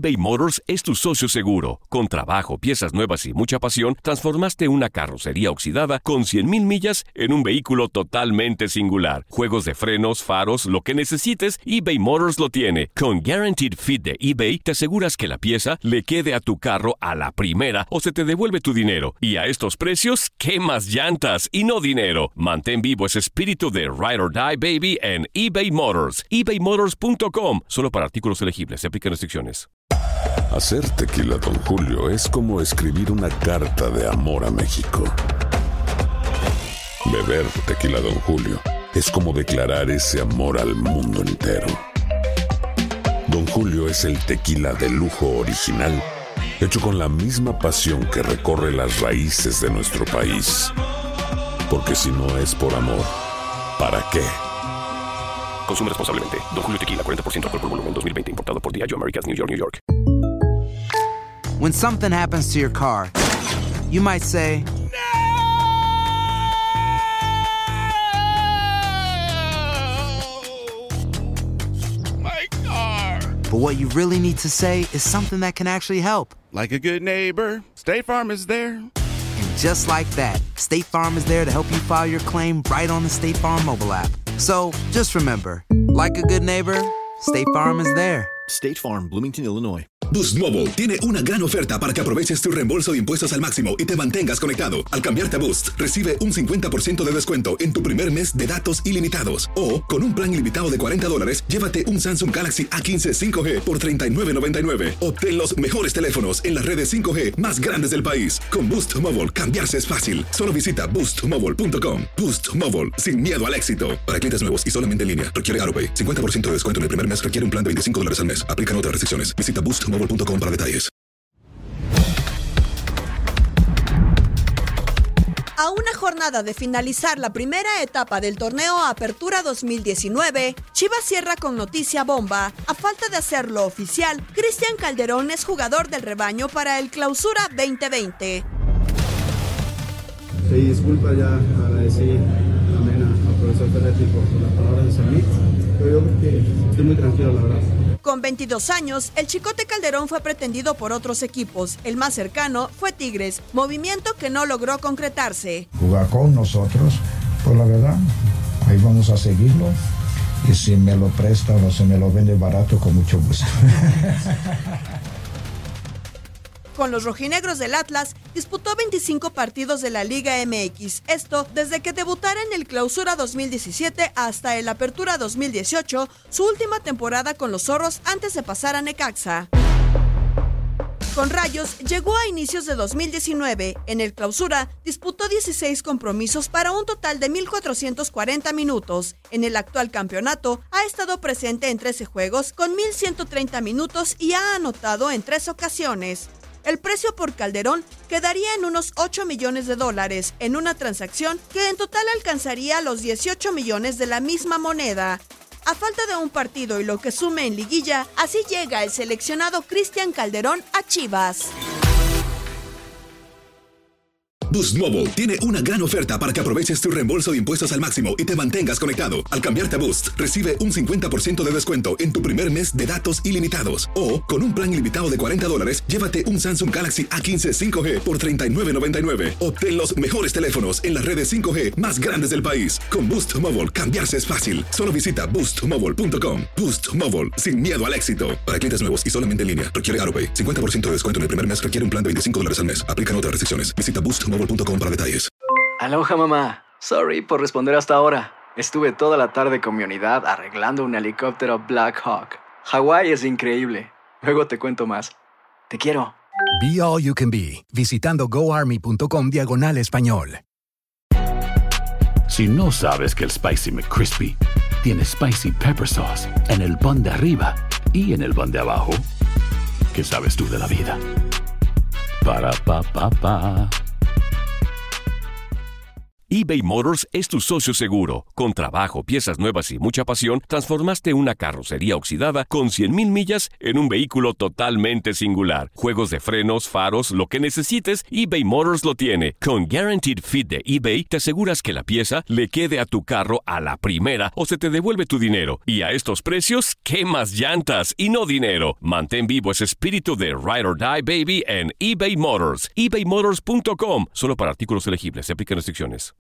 eBay Motors es tu socio seguro. Con trabajo, piezas nuevas y mucha pasión, transformaste una carrocería oxidada con 100,000 millas en un vehículo totalmente singular. Juegos de frenos, faros, lo que necesites, eBay Motors lo tiene. Con Guaranteed Fit de eBay, te aseguras que la pieza le quede a tu carro a la primera o se te devuelve tu dinero. Y a estos precios, quemas llantas y no dinero. Mantén vivo ese espíritu de Ride or Die, baby, en eBay Motors. ebaymotors.com. Solo para artículos elegibles. Se aplican restricciones. Hacer tequila Don Julio es como escribir una carta de amor a México. Beber tequila Don Julio es como declarar ese amor al mundo entero. Don Julio es el tequila de lujo original, hecho con la misma pasión que recorre las raíces de nuestro país. Porque si no es por amor, ¿para qué? Consume responsablemente. Don Julio Tequila, 40% alcohol por volumen, 2020. Importado por Diageo Americas, New York, New York. When something happens to your car, you might say, My car! but what you really need to say is something that can actually help. Like a good neighbor, State Farm is there. And just like that, State Farm is there to help you file your claim right on the State Farm mobile app. So, just remember, like a good neighbor, State Farm is there. State Farm, Bloomington, Illinois. Boost Mobile tiene una gran oferta para que aproveches tu reembolso de impuestos al máximo y te mantengas conectado. Al cambiarte a Boost, recibe un 50% de descuento en tu primer mes de datos ilimitados. O, con un plan ilimitado de $40, llévate un Samsung Galaxy A15 5G por $39.99. Obtén los mejores teléfonos en las redes 5G más grandes del país. Con Boost Mobile, cambiarse es fácil. Solo visita boostmobile.com. Boost Mobile, sin miedo al éxito. Para clientes nuevos y solamente en línea, requiere AutoPay. 50% de descuento en el primer mes requiere un plan de $25 al mes. Aplican otras restricciones. Visita boostmobile.com para detalles. A una jornada de finalizar la primera etapa del torneo Apertura 2019, Chivas cierra con noticia bomba. A falta de hacerlo oficial, Cristian Calderón es jugador del rebaño para el Clausura 2020. Sí, disculpa, ya agradecí también al profesor Ferretti por las palabras de Samit, pero yo creo que estoy muy tranquilo, la verdad. Con 22 años, el Chicote Calderón fue pretendido por otros equipos. El más cercano fue Tigres, movimiento que no logró concretarse. Jugar con nosotros, pues la verdad, ahí vamos a seguirlo. Y si me lo prestan o se me lo vende barato, con mucho gusto. Con los rojinegros del Atlas, disputó 25 partidos de la Liga MX. Esto desde que debutara en el Clausura 2017 hasta el Apertura 2018, su última temporada con los zorros antes de pasar a Necaxa. Con Rayos llegó a inicios de 2019. En el Clausura disputó 16 compromisos para un total de 1,440 minutos. En el actual campeonato ha estado presente en 13 juegos con 1,130 minutos y ha anotado en 3 ocasiones. El precio por Calderón quedaría en unos $8 millones en una transacción que en total alcanzaría los 18 millones de la misma moneda. A falta de un partido y lo que sume en liguilla, así llega el seleccionado Cristian Calderón a Chivas. Boost Mobile tiene una gran oferta para que aproveches tu reembolso de impuestos al máximo y te mantengas conectado. Al cambiarte a Boost, recibe un 50% de descuento en tu primer mes de datos ilimitados. O, con un plan ilimitado de $40, llévate un Samsung Galaxy A15 5G por $39.99. Obtén los mejores teléfonos en las redes 5G más grandes del país. Con Boost Mobile, cambiarse es fácil. Solo visita boostmobile.com. Boost Mobile, sin miedo al éxito. Para clientes nuevos y solamente en línea, requiere AutoPay. 50% de descuento en el primer mes requiere un plan de $25 al mes. Aplican otras restricciones. Visita boostmobile.com para detalles. Aloha, mamá. Sorry por responder hasta ahora. Estuve toda la tarde con mi unidad arreglando un helicóptero Black Hawk. Hawái es increíble. Luego te cuento más. Te quiero. Be All You Can Be, visitando goarmy.com/español. Si no sabes que el Spicy McCrispy tiene Spicy Pepper Sauce en el pan de arriba y en el pan de abajo, ¿qué sabes tú de la vida? Para, pa, pa, pa. eBay Motors es tu socio seguro. Con trabajo, piezas nuevas y mucha pasión, transformaste una carrocería oxidada con 100,000 millas en un vehículo totalmente singular. Juegos de frenos, faros, lo que necesites, eBay Motors lo tiene. Con Guaranteed Fit de eBay, te aseguras que la pieza le quede a tu carro a la primera o se te devuelve tu dinero. Y a estos precios, ¿qué más llantas y no dinero? Mantén vivo ese espíritu de Ride or Die, baby, en eBay Motors. ebaymotors.com. Solo para artículos elegibles. Se aplican restricciones.